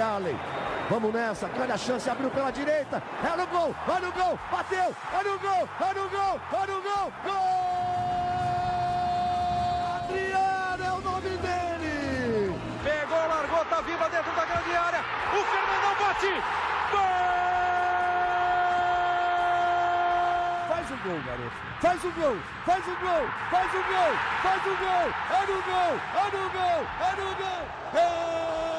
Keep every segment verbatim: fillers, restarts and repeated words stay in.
Arley. Vamos nessa, grande a chance, abriu pela direita, é no gol, vai no gol, bateu, é no gol, é no gol, é no gol, gol! Adriano é o nome dele! Pegou, largou, tá viva dentro da grande área, o Fernandão bate, gol! Faz o gol, garoto, faz o gol, faz o gol, faz o gol, faz o gol, é no gol, é no gol, é no gol, é...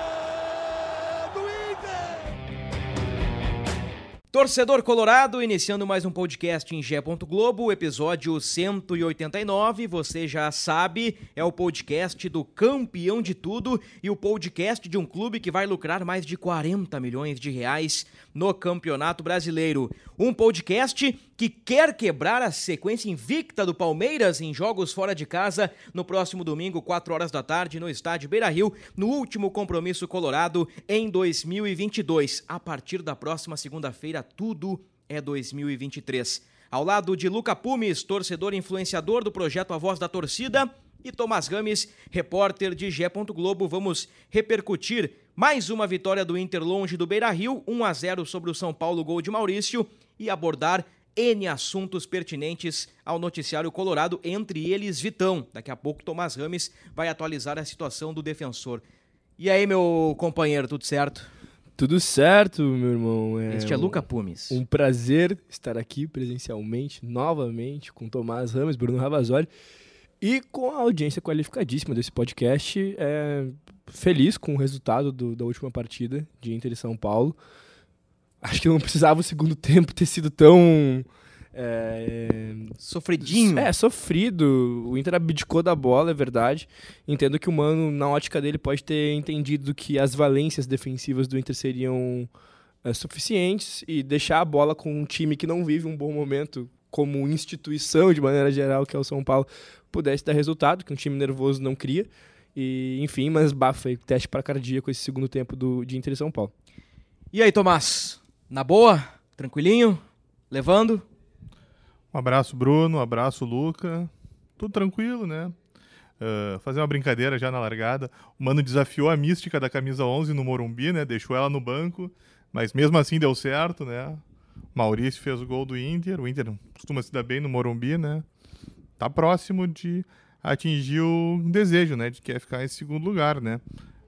Torcedor colorado, iniciando mais um podcast em G E. Globo, episódio cento e oitenta e nove, você já sabe, é o podcast do campeão de tudo e o podcast de um clube que vai lucrar mais de quarenta milhões de reais no Campeonato Brasileiro. Um podcast que quer quebrar a sequência invicta do Palmeiras em jogos fora de casa no próximo domingo, quatro horas da tarde, no estádio Beira-Rio, no último compromisso colorado em dois mil e vinte e dois. A partir da próxima segunda-feira, tudo é dois mil e vinte e três. Ao lado de Luca Pumes, torcedor e influenciador do projeto A Voz da Torcida, e Tomás Rames, repórter de G E. Globo, vamos repercutir mais uma vitória do Inter longe do Beira-Rio, um a zero sobre o São Paulo, gol de Maurício, e abordar N assuntos pertinentes ao noticiário colorado, entre eles Vitão. Daqui a pouco Tomás Rames vai atualizar a situação do defensor. E aí, meu companheiro, tudo certo? Tudo certo, meu irmão. É este é um, Luca Pumes. Um prazer estar aqui presencialmente, novamente, com Tomás Rames, Bruno Ravazoli e com a audiência qualificadíssima desse podcast. É, feliz com o resultado do, da última partida de Inter e São Paulo. Acho que não precisava o segundo tempo ter sido tão... É, Sofridinho. É, sofrido. O Inter abdicou da bola, é verdade. Entendo que o Mano, na ótica dele, pode ter entendido que as valências defensivas do Inter seriam é, suficientes e deixar a bola com um time que não vive um bom momento como instituição, de maneira geral, que é o São Paulo, pudesse dar resultado, que um time nervoso não cria. E, enfim, mas bafa aí, teste para cardíaco esse segundo tempo do, de Inter e São Paulo. E aí, Tomás? Na boa? Tranquilinho? Levando? Um abraço, Bruno, um abraço, Luca. Tudo tranquilo, né? Uh, fazer uma brincadeira já na largada. O Mano desafiou a mística da camisa onze no Morumbi, né? Deixou ela no banco, mas mesmo assim deu certo, né? Maurício fez o gol do Inter. O Inter costuma se dar bem no Morumbi, né? Tá próximo de atingir o desejo, né? De que é ficar em segundo lugar, né?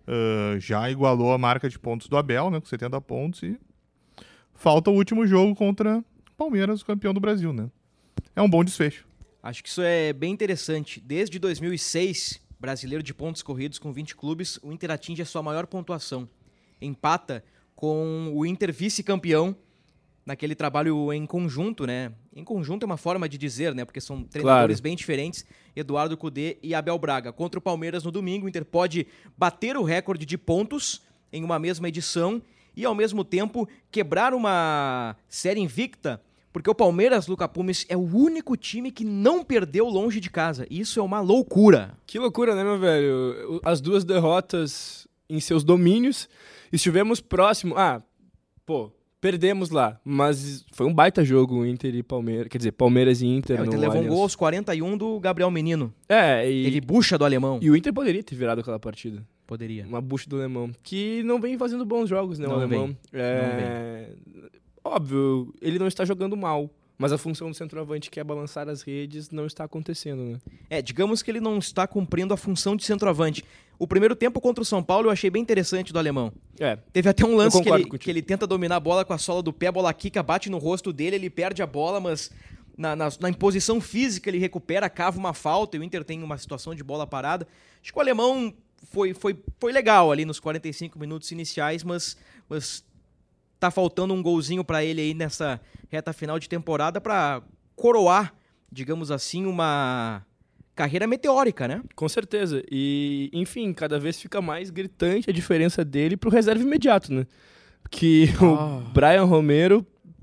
Uh, já igualou a marca de pontos do Abel, né? Com setenta pontos e falta o último jogo contra Palmeiras, o campeão do Brasil, né? É um bom desfecho. Acho que isso é bem interessante. Desde dois mil e seis, brasileiro de pontos corridos com vinte clubes, o Inter atinge a sua maior pontuação. Empata com o Inter vice-campeão naquele trabalho em conjunto, né? Em conjunto é uma forma de dizer, né? Porque são treinadores claro. bem diferentes, Eduardo Cudê e Abel Braga. Contra o Palmeiras no domingo, o Inter pode bater o recorde de pontos em uma mesma edição e, ao mesmo tempo, quebrar uma série invicta, porque o Palmeiras, Luca Pumes, é o único time que não perdeu longe de casa. Isso é uma loucura. Que loucura, né, meu velho? As duas derrotas em seus domínios. Estivemos próximo... Ah, pô, perdemos lá. Mas foi um baita jogo, Inter e Palmeiras. Quer dizer, Palmeiras e Inter. É, o Inter no levou Allianz. um gol aos quarenta e um do Gabriel Menino. É, e... Teve bucha do alemão. E o Inter poderia ter virado aquela partida. Poderia. Uma bucha do alemão. Que não vem fazendo bons jogos, né, não o alemão. Vem. É... Não vem. Óbvio, ele não está jogando mal, mas a função do centroavante, que é balançar as redes, não está acontecendo, né? É, digamos que ele não está cumprindo a função de centroavante. O primeiro tempo contra o São Paulo eu achei bem interessante do alemão. É. Teve até um lance que ele, que ele tenta dominar a bola com a sola do pé, a bola quica, bate no rosto dele, ele perde a bola, mas na, na, na imposição física ele recupera, cava uma falta e o Inter tem uma situação de bola parada. Acho que o alemão foi, foi, foi legal ali nos quarenta e cinco minutos iniciais, mas... mas tá faltando um golzinho para ele aí nessa reta final de temporada para coroar, digamos assim, uma carreira meteórica, né? Com certeza. E, enfim, cada vez fica mais gritante a diferença dele pro reserva imediato, né? Que oh. o Brian Romero,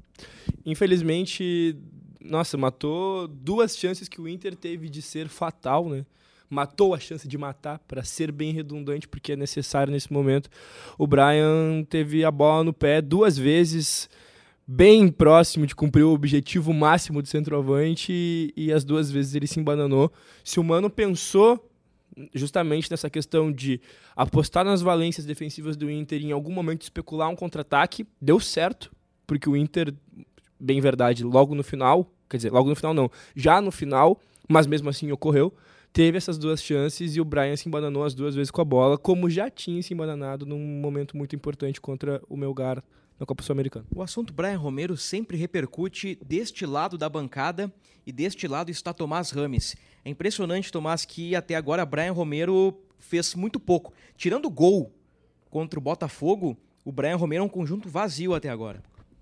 infelizmente, nossa, matou duas chances que o Inter teve de ser fatal, né? Matou a chance de matar, para ser bem redundante, porque é necessário nesse momento. O Brian teve a bola no pé duas vezes, bem próximo de cumprir o objetivo máximo do centroavante, e, e as duas vezes ele se embananou. Se o Mano pensou justamente nessa questão de apostar nas valências defensivas do Inter e em algum momento especular um contra-ataque. Deu certo, porque o Inter, bem verdade, logo no final, quer dizer, logo no final não, já no final, mas mesmo assim ocorreu, teve essas duas chances e o Bryan se embananou as duas vezes com a bola, como já tinha se embananado num momento muito importante contra o Melgar na Copa Sul-Americana. O assunto Bryan Romero sempre repercute deste lado da bancada e deste lado está Tomás Rames. É impressionante, Tomás, que até agora Bryan Romero fez muito pouco. Tirando o gol contra o Botafogo, o Bryan Romero é um conjunto vazio até agora.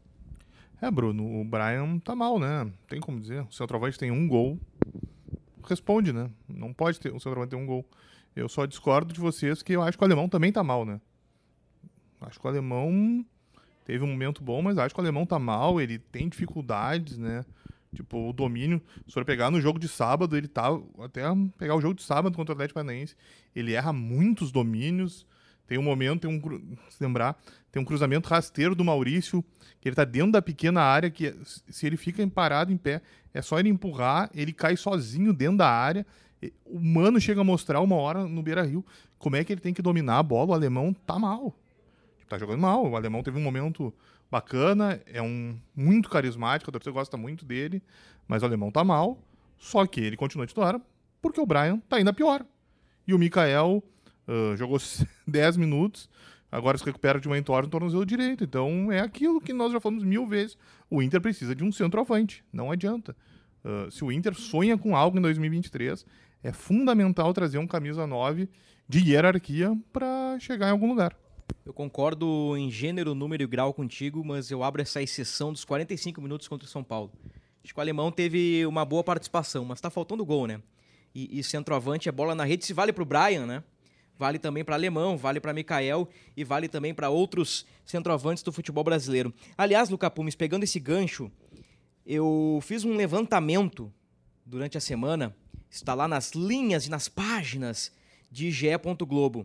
É, Bruno, o Bryan tá mal, né? Tem como dizer. O centroavante tem um gol, responde, né? Não pode ter, o centroavante ter um gol. Eu só discordo de vocês que eu acho que o alemão também tá mal, né? Acho que o alemão teve um momento bom, mas acho que o alemão tá mal, ele tem dificuldades, né? Tipo, o domínio, se for pegar no jogo de sábado, ele tá, até pegar o jogo de sábado contra o Atlético Paranaense, ele erra muitos domínios. Tem um momento, tem um, se lembrar, tem um cruzamento rasteiro do Maurício, que ele tá dentro da pequena área, que se ele fica parado em pé, é só ele empurrar, ele cai sozinho dentro da área. O Mano chega a mostrar uma hora no Beira-Rio como é que ele tem que dominar a bola. O alemão tá mal. Tá jogando mal. O alemão teve um momento bacana, é um muito carismático, a torcida gosta muito dele, mas o alemão tá mal, só que ele continua titular porque o Bryan tá ainda pior. E o Mikael uh, jogou dez minutos, agora se recupera de uma entorse no tornozelo direito. Então é aquilo que nós já falamos mil vezes. O Inter precisa de um centroavante, não adianta. Uh, se o Inter sonha com algo em dois mil e vinte e três, é fundamental trazer um camisa nove de hierarquia para chegar em algum lugar. Eu concordo em gênero, número e grau contigo, mas eu abro essa exceção dos quarenta e cinco minutos contra o São Paulo. Acho que o alemão teve uma boa participação, mas tá faltando gol, né? E, e centroavante é bola na rede, se vale pro Bryan, né? Vale também para alemão, vale para Mikael e vale também para outros centroavantes do futebol brasileiro. Aliás, Luca Pumes, pegando esse gancho, eu fiz um levantamento durante a semana, está lá nas linhas e nas páginas de G E. Globo.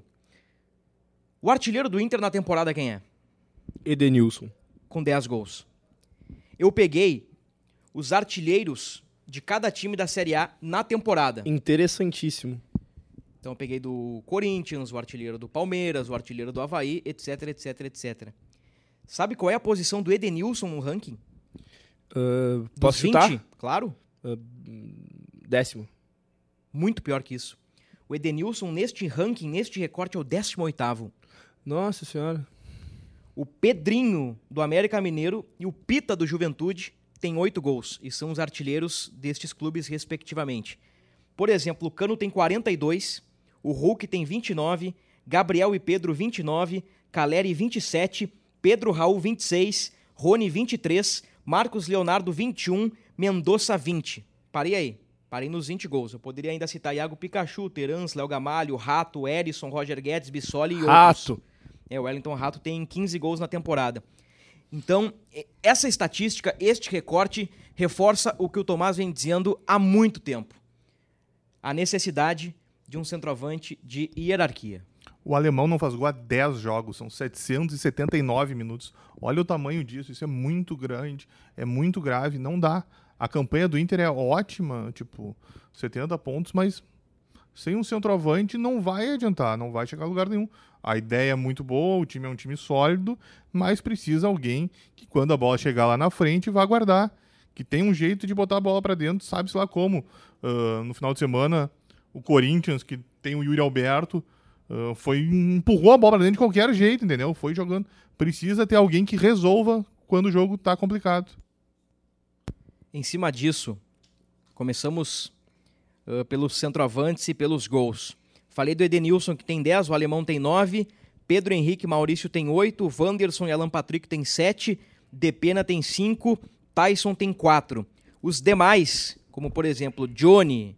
O artilheiro do Inter na temporada quem é? Edenilson. Com dez gols. Eu peguei os artilheiros de cada time da Série A na temporada. Interessantíssimo. Então eu peguei do Corinthians, o artilheiro do Palmeiras, o artilheiro do Avaí, etc, etc, etcétera. Sabe qual é a posição do Edenilson no ranking? Uh, posso vinte? chutar? Claro. Uh, décimo. Muito pior que isso. O Edenilson, neste ranking, neste recorte, é o décimo oitavo. Nossa senhora. O Pedrinho, do América Mineiro, e o Pita, do Juventude, têm oito gols. E são os artilheiros destes clubes, respectivamente. Por exemplo, o Cano tem quarenta e dois, o Hulk tem vinte e nove, Gabriel e Pedro, vinte e nove, Caleri, vinte e sete, Pedro Raul, vinte e seis, Rony, vinte e três, Marcos Leonardo, vinte e um, Mendonça, vinte. Parei aí. Parei nos vinte gols. Eu poderia ainda citar Iago Pikachu, Terans, Léo Gamalho, Rato, Erisson, Roger Guedes, Bissoli e outros. Rato. É, o Wellington Rato tem quinze gols na temporada. Então, essa estatística, este recorte, reforça o que o Tomás vem dizendo há muito tempo. A necessidade de um centroavante de hierarquia. O alemão não faz gol há dez jogos, são setecentos e setenta e nove minutos. Olha o tamanho disso, isso é muito grande, é muito grave, não dá. A campanha do Inter é ótima, tipo, setenta pontos, mas sem um centroavante não vai adiantar, não vai chegar a lugar nenhum. A ideia é muito boa, o time é um time sólido, mas precisa alguém que quando a bola chegar lá na frente vá guardar, que tem um jeito de botar a bola para dentro, sabe-se lá como. Uh, no final de semana, o Corinthians, que tem o Yuri Alberto, uh, foi, empurrou a bola pra dentro de qualquer jeito, entendeu? Foi jogando. Precisa ter alguém que resolva quando o jogo tá complicado. Em cima disso, começamos uh, pelos centroavantes e pelos gols. Falei do Edenilson, que tem dez, o alemão tem nove, Pedro Henrique e Maurício tem oito, Wanderson e Alan Patrick tem sete, Depena tem cinco, Tyson tem quatro. Os demais, como por exemplo Johnny,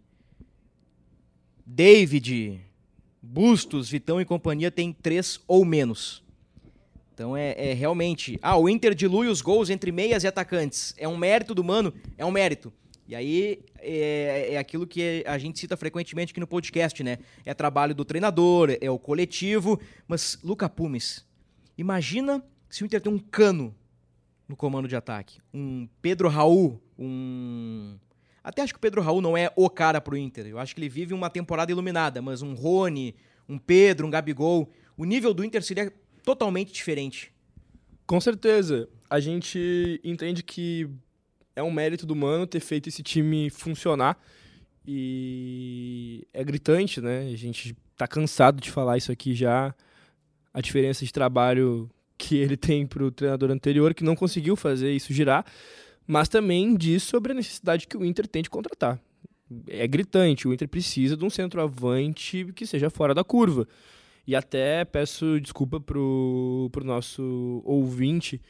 David, Bustos, Vitão e companhia, tem três ou menos. Então é, é realmente... Ah, o Inter dilui os gols entre meias e atacantes. É um mérito do Mano? É um mérito. E aí é, é aquilo que a gente cita frequentemente aqui no podcast, né? É trabalho do treinador, é o coletivo. Mas, Luca Pumes, imagina se o Inter tem um Cano no comando de ataque. Um Pedro Raul, um Até acho que o Pedro Raul não é o cara pro Inter. Eu acho que ele vive uma temporada iluminada, mas um Rony, um Pedro, um Gabigol, o nível do Inter seria totalmente diferente. Com certeza. A gente entende que é um mérito do Mano ter feito esse time funcionar e é gritante, né? A gente tá cansado de falar isso aqui já. A diferença de trabalho que ele tem pro treinador anterior, que não conseguiu fazer isso girar, mas também diz sobre a necessidade que o Inter tem de contratar. É gritante, o Inter precisa de um centroavante que seja fora da curva. E até peço desculpa pro, pro nosso ouvinte,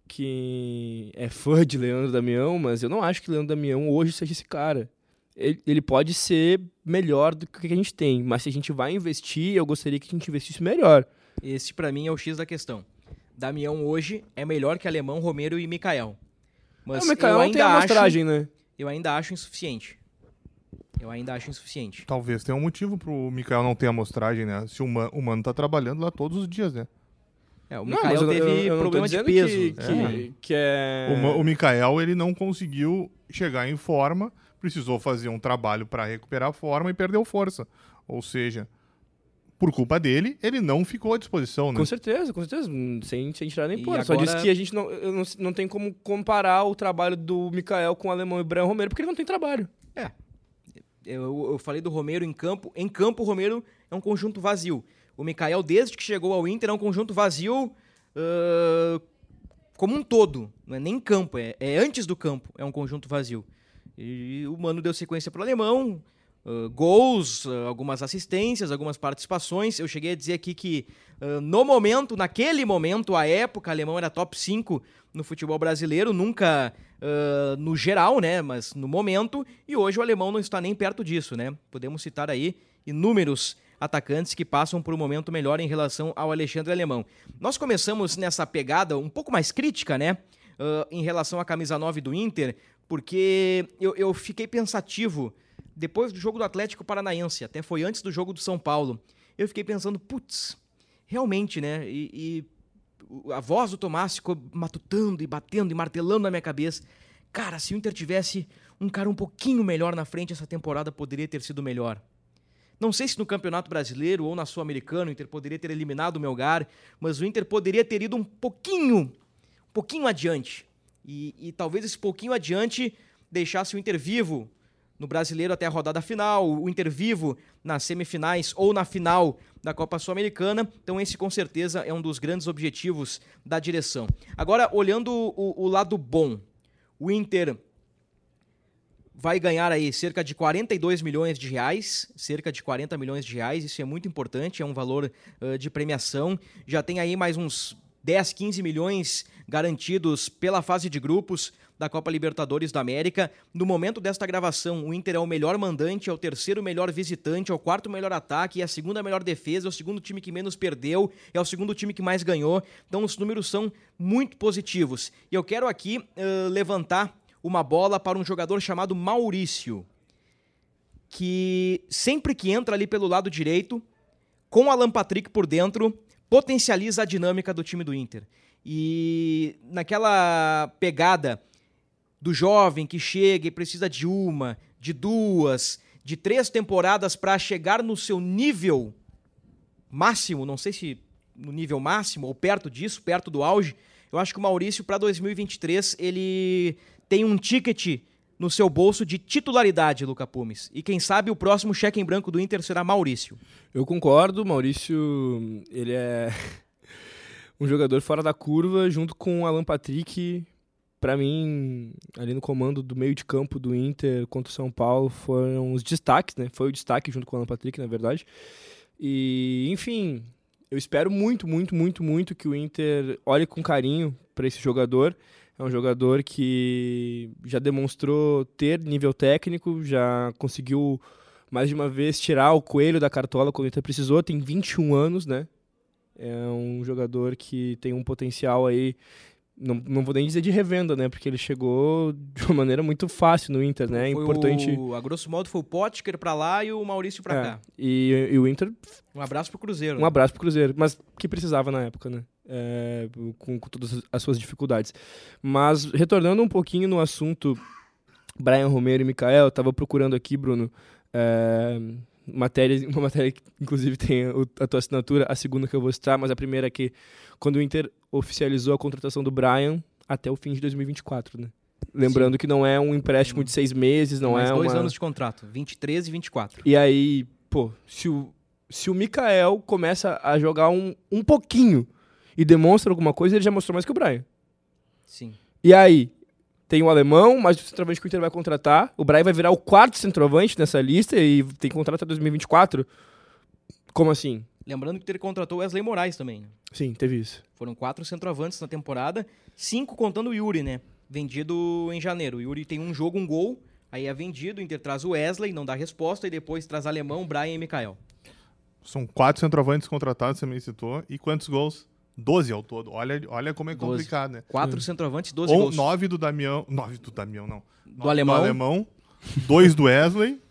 que é fã de Leandro Damião, mas eu não acho que Leandro Damião hoje seja esse cara. Ele, ele pode ser melhor do que a gente tem, mas se a gente vai investir, eu gostaria que a gente investisse melhor. Esse, pra mim, é o X da questão. Damião hoje é melhor que Alemão, Romero e Mikael. Mas é, o Mikael eu não ainda tem amostragem, acho, né? Eu ainda acho insuficiente. Eu ainda acho insuficiente. Talvez tenha um motivo pro Mikael não ter amostragem, né? Se o Mano, o Mano tá trabalhando lá todos os dias, né? É, o Não, Mikael mas eu- teve eu- eu não tô problema de dizendo peso. Que, que, É. que é... O, Ma- o Mikael, ele não conseguiu chegar em forma, precisou fazer um trabalho para recuperar a forma e perdeu força. Ou seja, por culpa dele, ele não ficou à disposição, né? Com certeza, com certeza. hum, Sem, sem tirar nem E pôr. Só agora- disse que a gente não, eu não, não tem como comparar o trabalho do Mikael com o Alemão e Brian Romero, porque ele não tem trabalho. É. Eu, eu falei do Romero em campo. Em campo, o Romero é um conjunto vazio. O Mikael, desde que chegou ao Inter, é um conjunto vazio uh, como um todo. Não é nem em campo, é, é antes do campo. É um conjunto vazio. E o Mano deu sequência pro Alemão. Uh, gols, uh, algumas assistências, algumas participações. Eu cheguei a dizer aqui que uh, no momento, naquele momento, a época, o Alemão era top cinco no futebol brasileiro, nunca uh, no geral, né, mas no momento, e hoje o Alemão não está nem perto disso, né? Podemos citar aí inúmeros atacantes que passam por um momento melhor em relação ao Alexandre Alemão. Nós começamos nessa pegada um pouco mais crítica, né, uh, em relação à camisa nove do Inter, porque eu, eu fiquei pensativo depois do jogo do Atlético Paranaense, até foi antes do jogo do São Paulo. Eu fiquei pensando, putz, realmente, né? E, e a voz do Tomás ficou matutando e batendo e martelando na minha cabeça. Cara, se o Inter tivesse um cara um pouquinho melhor na frente, essa temporada poderia ter sido melhor. Não sei se no Campeonato Brasileiro ou na Sul-Americana o Inter poderia ter eliminado o Melgar, mas o Inter poderia ter ido um pouquinho, um pouquinho adiante. E, e talvez esse pouquinho adiante deixasse o Inter vivo no Brasileiro até a rodada final, o Inter vivo nas semifinais ou na final da Copa Sul-Americana. Então esse com certeza é um dos grandes objetivos da direção. Agora, olhando o, o lado bom, o Inter vai ganhar aí cerca de quarenta e dois milhões de reais, cerca de quarenta milhões de reais, isso é muito importante, é um valor uh, de premiação. Já tem aí mais uns dez, quinze milhões garantidos pela fase de grupos da Copa Libertadores da América. No momento desta gravação, o Inter é o melhor mandante, é o terceiro melhor visitante, é o quarto melhor ataque, é a segunda melhor defesa, é o segundo time que menos perdeu, é o segundo time que mais ganhou. Então os números são muito positivos. E eu quero aqui uh, levantar uma bola para um jogador chamado Maurício, que sempre que entra ali pelo lado direito, com o Alan Patrick por dentro, potencializa a dinâmica do time do Inter. E naquela pegada do jovem que chega e precisa de uma, de duas, de três temporadas para chegar no seu nível máximo, não sei se no nível máximo ou perto disso, perto do auge, eu acho que o Maurício para dois mil e vinte e três ele tem um ticket no seu bolso de titularidade, Luca Pumes. E quem sabe o próximo cheque em branco do Inter será Maurício. Eu concordo, Maurício, ele é um jogador fora da curva, junto com o Alan Patrick. Para mim, ali no comando do meio de campo do Inter contra o São Paulo, foram os destaques, né? Foi o destaque junto com o Alan Patrick, na verdade. E, enfim, eu espero muito, muito, muito, muito que o Inter olhe com carinho para esse jogador. É um jogador que já demonstrou ter nível técnico, já conseguiu mais de uma vez tirar o coelho da cartola quando o Inter precisou, tem vinte e um anos, né? É um jogador que tem um potencial aí, não, não vou nem dizer de revenda, né? Porque ele chegou de uma maneira muito fácil no Inter, né? É Foi importante. O, a grosso modo foi o Potker pra lá e o Maurício pra É, cá. e, e o Inter, Um abraço pro Cruzeiro. um abraço pro Cruzeiro, mas que precisava na época, né? É, com, com todas as suas dificuldades. Mas retornando um pouquinho no assunto Brian Romero e Mikael. Eu tava procurando aqui, Bruno, é, matéria, uma matéria que inclusive tem a tua assinatura, a segunda que eu vou citar, mas a primeira é que quando o Inter oficializou a contratação do Brian até o fim de dois mil e vinte e quatro, né? Lembrando Sim. que não é um empréstimo de seis meses, não Mais é dois uma... anos de contrato, vinte e três e vinte e quatro. E aí, pô, se o, se o Mikael começa a jogar um, um pouquinho e demonstra alguma coisa, ele já mostrou mais que o Brian. Sim. E aí, tem o alemão, mas o centroavante que o Inter vai contratar. O Brian vai virar o quarto centroavante nessa lista e tem contrato até dois mil e vinte e quatro. Como assim? Lembrando que ele contratou o Wesley Moraes também. Né? Sim, teve isso. Foram quatro centroavantes na temporada, cinco contando o Yuri, né? Vendido em janeiro. O Yuri tem um jogo, um gol, aí é vendido, o Inter traz o Wesley, não dá resposta, e depois traz alemão, Brian e Mikael. São quatro centroavantes contratados, você me citou. E quantos gols? doze ao todo. Olha, olha como é doze. Complicado, né? Quatro Hum. centroavantes, doze Ou gols. nove do Damião. Nove do Damião, não. Do alemão. Do alemão. Dois do Wesley.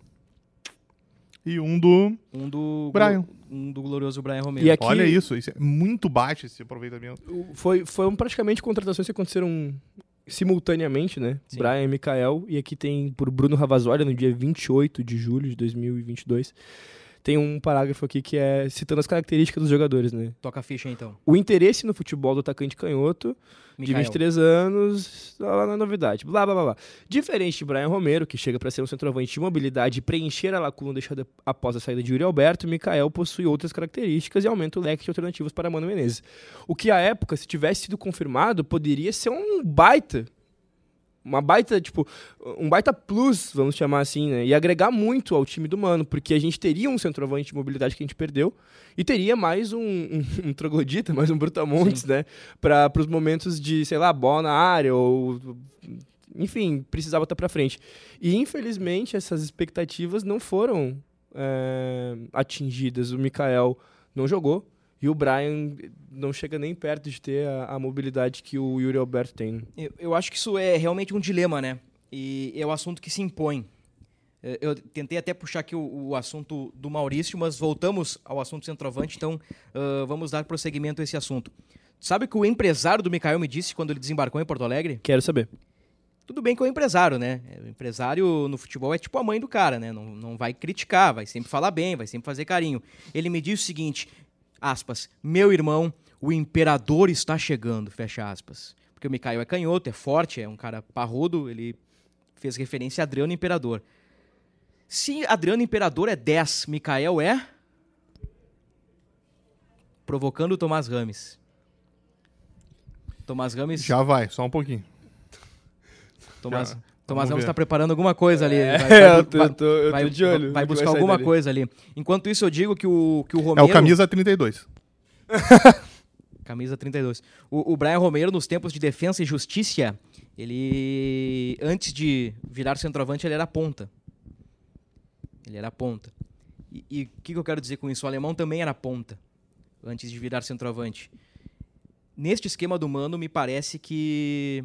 E um do... Um do... Brian. Um do glorioso Brian Romero. E aqui, Olha isso, isso é muito baixo esse aproveitamento. Foi, foram praticamente contratações que aconteceram simultaneamente, né? Sim. Brian e Mikael. E aqui tem por Bruno Ravazzolia, no dia vinte e oito de julho de dois mil e vinte e dois. Tem um parágrafo aqui que é citando as características dos jogadores, né? Toca a ficha, então. O interesse no futebol do atacante canhoto, de Mikael. vinte e três anos, lá na novidade, blá, blá, blá, blá. Diferente de Brian Romero, que chega para ser um centroavante de mobilidade e preencher a lacuna deixada após a saída de Yuri Alberto, Mikael possui outras características e aumenta o leque de alternativas para Mano Menezes. O que, à época, se tivesse sido confirmado, poderia ser um baita... Uma baita, tipo, um baita plus, vamos chamar assim, né? E agregar muito ao time do Mano, porque a gente teria um centroavante de mobilidade que a gente perdeu e teria mais um, um, um troglodita, mais um brutamontes, né? Para os momentos de, sei lá, bola na área ou... Enfim, precisava estar para frente. E, infelizmente, essas expectativas não foram é, atingidas. O Mikael não jogou. E o Brian não chega nem perto de ter a, a mobilidade que o Yuri Alberto tem. Eu, eu acho que isso é realmente um dilema, né? E é o assunto que se impõe. Eu tentei até puxar aqui o, o assunto do Maurício, mas voltamos ao assunto centroavante, então uh, vamos dar prosseguimento a esse assunto. Sabe o que o empresário do Mikael me disse quando ele desembarcou em Porto Alegre? Quero saber. Tudo bem que é um empresário, né? O empresário no futebol é tipo a mãe do cara, né? Não, não vai criticar, vai sempre falar bem, vai sempre fazer carinho. Ele me disse o seguinte... aspas, meu irmão, o imperador está chegando, fecha aspas. Porque o Mikael é canhoto, é forte, é um cara parrudo, ele fez referência a Adriano Imperador. Se Adriano Imperador é dez, Mikael é... provocando o Tomás Rames. Tomás Rames... Já vai, só um pouquinho. Tomás... Já. Tomás Vamos Ramos ver. está preparando alguma coisa ali. É, Vai, vai, eu tô, vai, eu tô, eu tô vai, de olho. vai no que buscar sair alguma dali. coisa ali. Enquanto isso, eu digo que o, que o É Romero... o camisa trinta e dois. Camisa trinta e dois. O, o Brian Romero, nos tempos de Defensa e Justiça, ele... antes de virar centroavante, ele era ponta. Ele era ponta. E o que, que eu quero dizer com isso? O alemão também era ponta, antes de virar centroavante. Neste esquema do Mano, me parece que...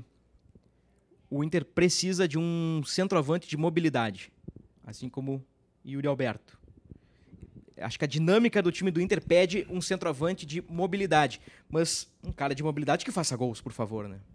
o Inter precisa de um centroavante de mobilidade, assim como Yuri Alberto. Acho que a dinâmica do time do Inter pede um centroavante de mobilidade, mas um cara de mobilidade que faça gols, por favor, né?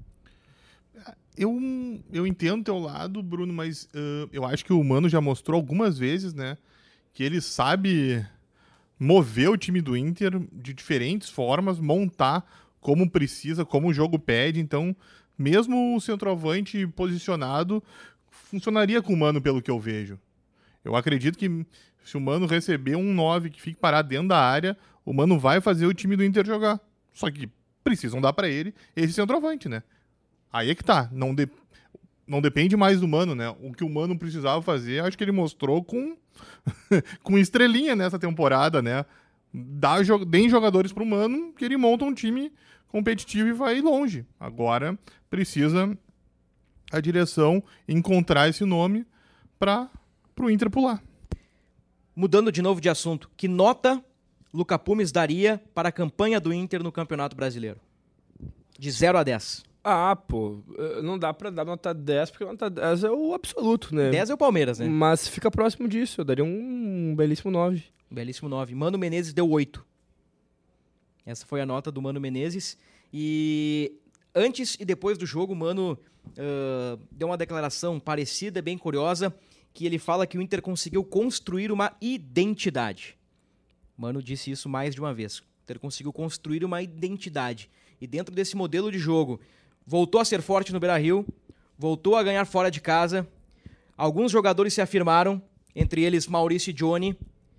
Eu, eu entendo teu lado, Bruno, mas uh, eu acho que o Mano já mostrou algumas vezes, né, que ele sabe mover o time do Inter de diferentes formas, montar como precisa, como o jogo pede, então... mesmo o centroavante posicionado, funcionaria com o Mano, pelo que eu vejo. Eu acredito que se o Mano receber um nove que fique parado dentro da área, o Mano vai fazer o time do Inter jogar. Só que precisam dar pra ele esse centroavante, né? Aí é que tá. Não, de... não depende mais do Mano, né? O que o Mano precisava fazer, acho que ele mostrou com, com estrelinha nessa temporada, né? Dá jo... Deem jogadores pro Mano que ele monta um time competitivo e vai longe. Agora precisa a direção encontrar esse nome para o Inter pular. Mudando de novo de assunto, que nota Luca Pumes daria para a campanha do Inter no Campeonato Brasileiro? De zero a dez. Ah, pô, não dá pra dar nota dez, porque nota dez é o absoluto, né? dez é o Palmeiras, né? Mas fica próximo disso, eu daria um belíssimo nove. Belíssimo nove. Mano Menezes deu oito. Essa foi a nota do Mano Menezes. E antes e depois do jogo, o Mano uh, deu uma declaração parecida, bem curiosa, que ele fala que o Inter conseguiu construir uma identidade. Mano disse isso mais de uma vez. O Inter conseguiu construir uma identidade. E dentro desse modelo de jogo, voltou a ser forte no Beira-Rio, voltou a ganhar fora de casa. Alguns jogadores se afirmaram, entre eles Maurício e Johnny.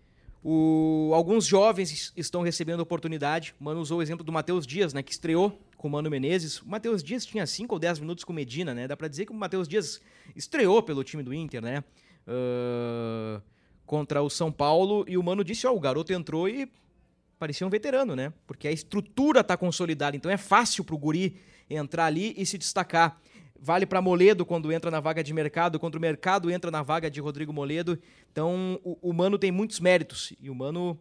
O... Alguns jovens estão recebendo oportunidade. O Mano usou o exemplo do Matheus Dias, né, que estreou com o Mano Menezes. O Matheus Dias tinha cinco ou dez minutos com o Medina, né? Dá pra dizer que o Matheus Dias estreou pelo time do Inter, né? Uh... Contra o São Paulo. E o Mano disse, ó, o garoto entrou e parecia um veterano, né? Porque a estrutura tá consolidada. Então é fácil pro guri entrar ali e se destacar. Vale para Moledo quando entra na vaga de Mercado, quando o Mercado entra na vaga de Rodrigo Moledo. Então, o, o Mano tem muitos méritos. E o Mano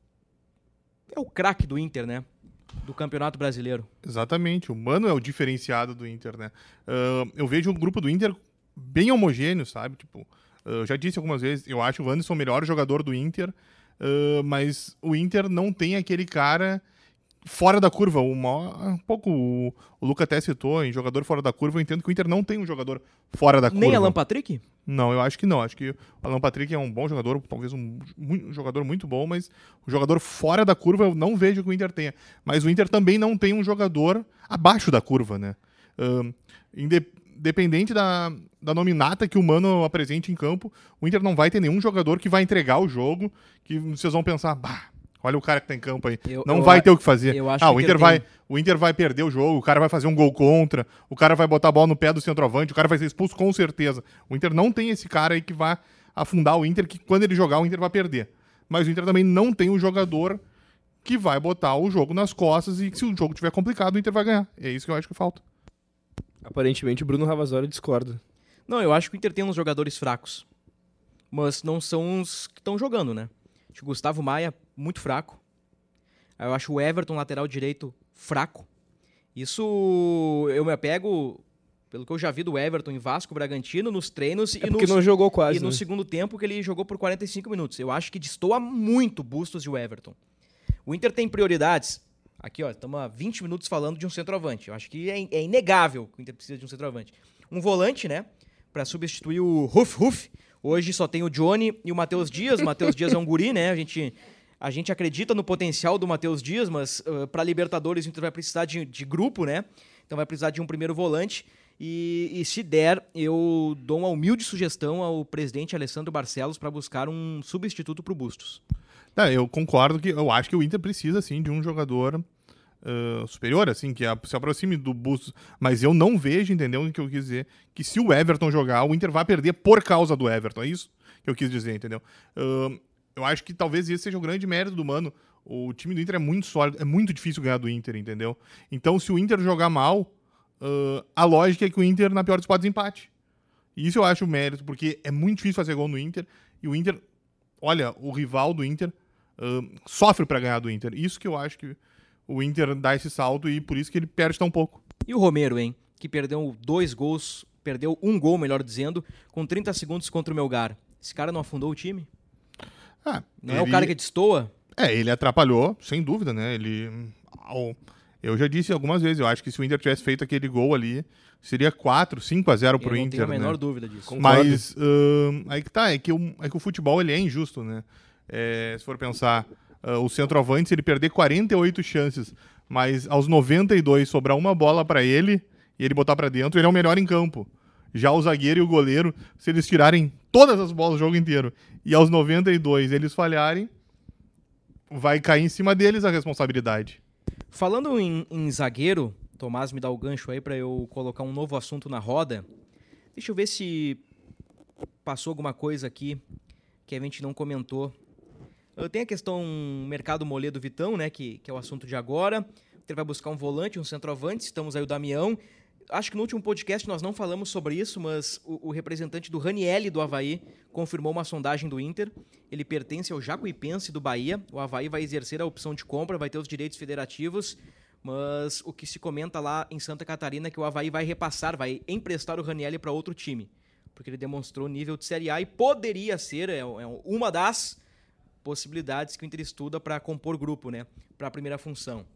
é o craque do Inter, né? Do Campeonato Brasileiro. Exatamente. O Mano é o diferenciado do Inter, né? Uh, eu vejo um grupo do Inter bem homogêneo, sabe? Tipo, uh, eu já disse algumas vezes, eu acho o Wanderson o melhor jogador do Inter, uh, mas o Inter não tem aquele cara fora da curva. Uma, um pouco o, o Luca até citou em jogador fora da curva. Eu entendo que o Inter não tem um jogador fora da curva. Nem Alan Patrick? Não, eu acho que não. Acho que o Alan Patrick é um bom jogador, talvez um, um jogador muito bom, mas o jogador fora da curva eu não vejo que o Inter tenha. Mas o Inter também não tem um jogador abaixo da curva, né? Uh, independente da, da nominata que o Mano apresente em campo, o Inter não vai ter nenhum jogador que vai entregar o jogo, que vocês vão pensar, bah, olha o cara que tá em campo aí. Eu, não eu, vai ter o que fazer. Ah, o Inter, Inter vai, tem... o Inter vai perder o jogo, o cara vai fazer um gol contra, o cara vai botar a bola no pé do centroavante, o cara vai ser expulso com certeza. O Inter não tem esse cara aí que vai afundar o Inter, que quando ele jogar o Inter vai perder. Mas o Inter também não tem um jogador que vai botar o jogo nas costas e que se o jogo tiver complicado o Inter vai ganhar. É isso que eu acho que falta. Aparentemente o Bruno Ravazoli discorda. Não, eu acho que o Inter tem uns jogadores fracos, mas não são os que estão jogando, né? Acho o Gustavo Maia muito fraco. Eu acho o Everton, lateral direito, fraco. Isso eu me apego, pelo que eu já vi do Everton em Vasco, Bragantino, nos treinos. É e porque no, não jogou quase, E no né? segundo tempo que ele jogou por quarenta e cinco minutos. Eu acho que destoa muito Bustos e o Everton. O Inter tem prioridades. Aqui, ó, estamos há vinte minutos falando de um centroavante. Eu acho que é, é inegável que o Inter precisa de um centroavante. Um volante, né, para substituir o Ruf Ruf. Hoje só tem o Johnny e o Matheus Dias. O Matheus Dias é um guri, né? A gente, a gente acredita no potencial do Matheus Dias, mas uh, para Libertadores o Inter vai precisar de, de grupo, né? Então vai precisar de um primeiro volante. E, e se der, eu dou uma humilde sugestão ao presidente Alessandro Barcelos para buscar um substituto para o Bustos. É, eu concordo que eu acho que o Inter precisa, sim, de um jogador uh, superior, assim, que se aproxime do Bustos. Mas eu não vejo, entendeu o que eu quis dizer, que se o Everton jogar, o Inter vai perder por causa do Everton. É isso que eu quis dizer, entendeu? Uh, eu acho que talvez esse seja o grande mérito do Mano. O time do Inter é muito sólido, é muito difícil ganhar do Inter, entendeu? Então, se o Inter jogar mal, uh, a lógica é que o Inter, na pior dos hipóteses, empate. E isso eu acho o mérito, porque é muito difícil fazer gol no Inter, e o Inter, olha, o rival do Inter uh, sofre para ganhar do Inter. Isso que eu acho que o Inter dá esse salto e por isso que ele perde tão pouco. E o Romero, hein? Que perdeu dois gols, perdeu um gol, melhor dizendo, com trinta segundos contra o Melgar. Esse cara não afundou o time? Ah, não ele... é o cara que destoa? É, ele atrapalhou, sem dúvida, né? Ele... Eu já disse algumas vezes, eu acho que se o Inter tivesse feito aquele gol ali, seria quatro, cinco a zero pro eu não Inter, tenho a menor né? dúvida disso. Mas uh, aí que tá, é que, o, é que o futebol ele é injusto, né? É, se for pensar, uh, o centroavante, se ele perder quarenta e oito chances, mas aos noventa e dois sobrar uma bola pra ele e ele botar pra dentro, ele é o melhor em campo. Já o zagueiro e o goleiro, se eles tirarem todas as bolas o jogo inteiro e aos noventa e dois eles falharem, vai cair em cima deles a responsabilidade. Falando em, em zagueiro, Tomás me dá o gancho aí pra eu colocar um novo assunto na roda. Deixa eu ver se passou alguma coisa aqui que a gente não comentou. Tem a questão mercado Moledo Vitão, né, que, que é o assunto de agora. Ele vai buscar um volante, um centroavante, estamos aí o Damião. Acho que no último podcast nós não falamos sobre isso, mas o, o representante do Ranieri do Avaí confirmou uma sondagem do Inter. Ele pertence ao Jacuipense do Bahia. O Avaí vai exercer a opção de compra, vai ter os direitos federativos, mas o que se comenta lá em Santa Catarina é que o Avaí vai repassar, vai emprestar o Ranieri para outro time, porque ele demonstrou nível de Série A e poderia ser, é, é uma das possibilidades que o Inter estuda para compor grupo, né, para a primeira função.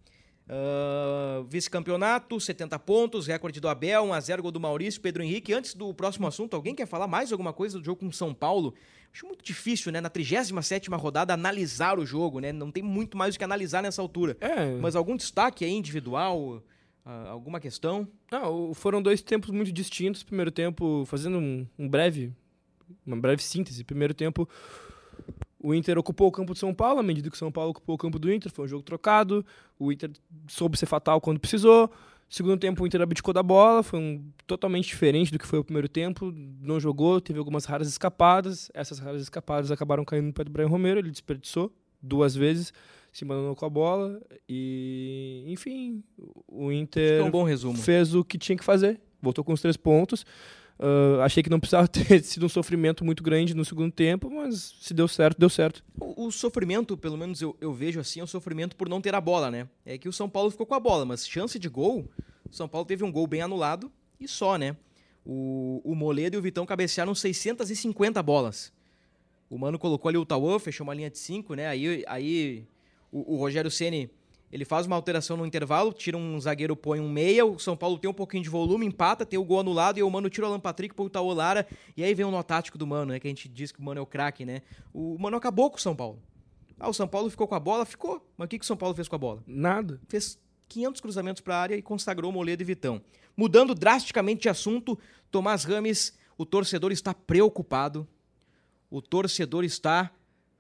Uh, vice-campeonato, setenta pontos, recorde do Abel, um a zero, gol do Maurício, Pedro Henrique. Antes do próximo assunto, alguém quer falar mais alguma coisa do jogo com São Paulo? Acho muito difícil, né, na trigésima sétima rodada, analisar o jogo, né? Não tem muito mais o que analisar nessa altura. É. Mas algum destaque aí individual, uh, alguma questão? Não, foram dois tempos muito distintos. Primeiro tempo, fazendo um, um breve, uma breve síntese. Primeiro tempo, o Inter ocupou o campo de São Paulo, à medida que o São Paulo ocupou o campo do Inter, foi um jogo trocado, o Inter soube ser fatal quando precisou. Segundo tempo, o Inter abdicou da bola, foi um totalmente diferente do que foi o primeiro tempo, não jogou, teve algumas raras escapadas, essas raras escapadas acabaram caindo no pé do Brian Romero, ele desperdiçou duas vezes, se abandonou com a bola, e enfim, o Inter é um bom resumo. Fez o que tinha que fazer, voltou com os três pontos. Uh, achei que não precisava ter sido um sofrimento muito grande no segundo tempo, mas se deu certo, deu certo. O, o sofrimento, pelo menos eu, eu vejo assim, é um sofrimento por não ter a bola, né? É que o São Paulo ficou com a bola, mas chance de gol, o São Paulo teve um gol bem anulado e só, né? O, o Moledo e o Vitão cabecearam seiscentas e cinquenta bolas. O Mano colocou ali o Tauan, fechou uma linha de cinco, né? Aí, aí o, o Rogério Ceni, ele faz uma alteração no intervalo, tira um zagueiro, põe um meia, o São Paulo tem um pouquinho de volume, empata, tem o gol anulado, e o Mano tira o Alan Patrick, põe o Tauan Lara, e aí vem o nó tático do Mano, né, que a gente diz que o Mano é o craque, né? O Mano acabou com o São Paulo. Ah, o São Paulo ficou com a bola? Ficou. Mas o que, que o São Paulo fez com a bola? Nada. Fez quinhentos cruzamentos para a área e consagrou Moledo e Vitão. Mudando drasticamente de assunto, Tomás Rames, o torcedor está preocupado. O torcedor está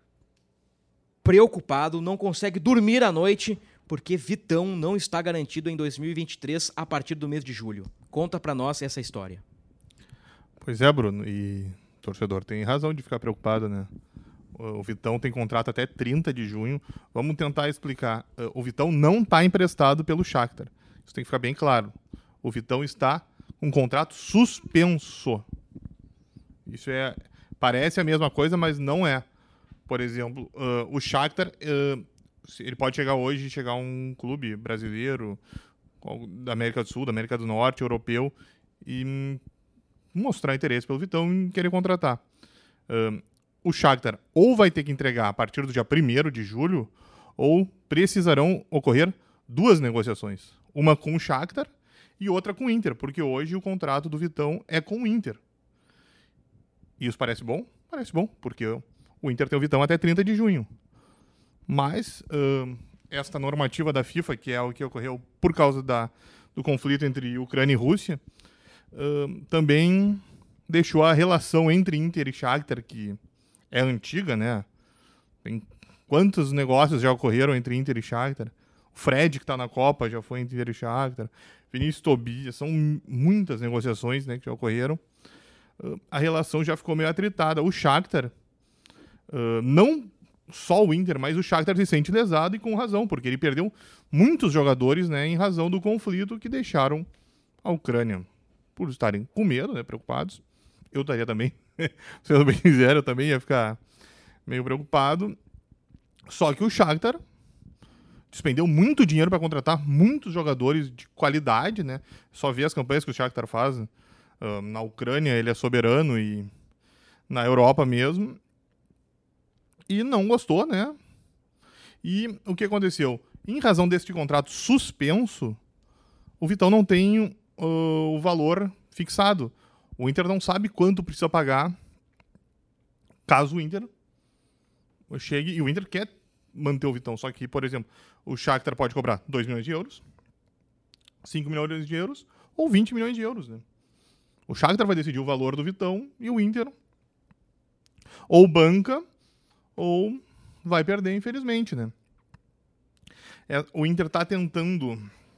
preocupado, não consegue dormir à noite, porque Vitão não está garantido em dois mil e vinte e três a partir do mês de julho. Conta pra nós essa história. Pois é, Bruno, e o torcedor tem razão de ficar preocupado, né? O Vitão tem contrato até trinta de junho. Vamos tentar explicar. O Vitão não está emprestado pelo Shakhtar. Isso tem que ficar bem claro. O Vitão está com um contrato suspenso. Isso é... Parece a mesma coisa, mas não é. Por exemplo, uh, o Shakhtar... Uh, ele pode chegar hoje, chegar a um clube brasileiro, da América do Sul, da América do Norte, europeu, e hum, mostrar interesse pelo Vitão e querer contratar. Um, o Shakhtar ou vai ter que entregar a partir do dia primeiro de julho, ou precisarão ocorrer duas negociações. Uma com o Shakhtar e outra com o Inter, porque hoje o contrato do Vitão é com o Inter. E isso parece bom? Parece bom, porque o Inter tem o Vitão até trinta de junho. Mas uh, esta normativa da FIFA, que é o que ocorreu por causa da, do conflito entre Ucrânia e Rússia, uh, também deixou a relação entre Inter e Shakhtar, que é antiga, né? Tem quantos negócios já ocorreram entre Inter e Shakhtar? O Fred, que está na Copa, já foi entre Inter e Shakhtar. Vinícius Tobias, são muitas negociações, né, que já ocorreram. Uh, a relação já ficou meio atritada. O Shakhtar, uh, não... só o Inter, mas o Shakhtar se sente lesado e com razão, porque ele perdeu muitos jogadores, né, em razão do conflito que deixaram a Ucrânia por estarem com medo, né, preocupados. Eu estaria também, sendo bem sincero, eu também ia ficar meio preocupado. Só que o Shakhtar despendeu muito dinheiro para contratar muitos jogadores de qualidade, né? Só ver as campanhas que o Shakhtar faz. Uh, na Ucrânia ele é soberano e na Europa mesmo. E não gostou, né? E o que aconteceu? Em razão deste contrato suspenso, o Vitão não tem uh, o valor fixado. O Inter não sabe quanto precisa pagar caso o Inter chegue. E o Inter quer manter o Vitão. Só que, por exemplo, o Shakhtar pode cobrar dois milhões de euros, cinco milhões de euros ou vinte milhões de euros, né? O Shakhtar vai decidir o valor do Vitão e o Inter ou banca ou vai perder, infelizmente, né? É, o Inter está tentando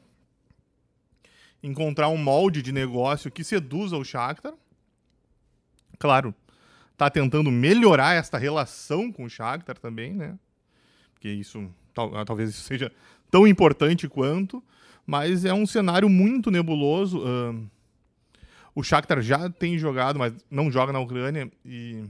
encontrar um molde de negócio que seduza o Shakhtar. Claro, está tentando melhorar esta relação com o Shakhtar também, né? Porque isso, tal, talvez isso seja tão importante quanto, mas é um cenário muito nebuloso. Uh, o Shakhtar já tem jogado, mas não joga na Ucrânia e...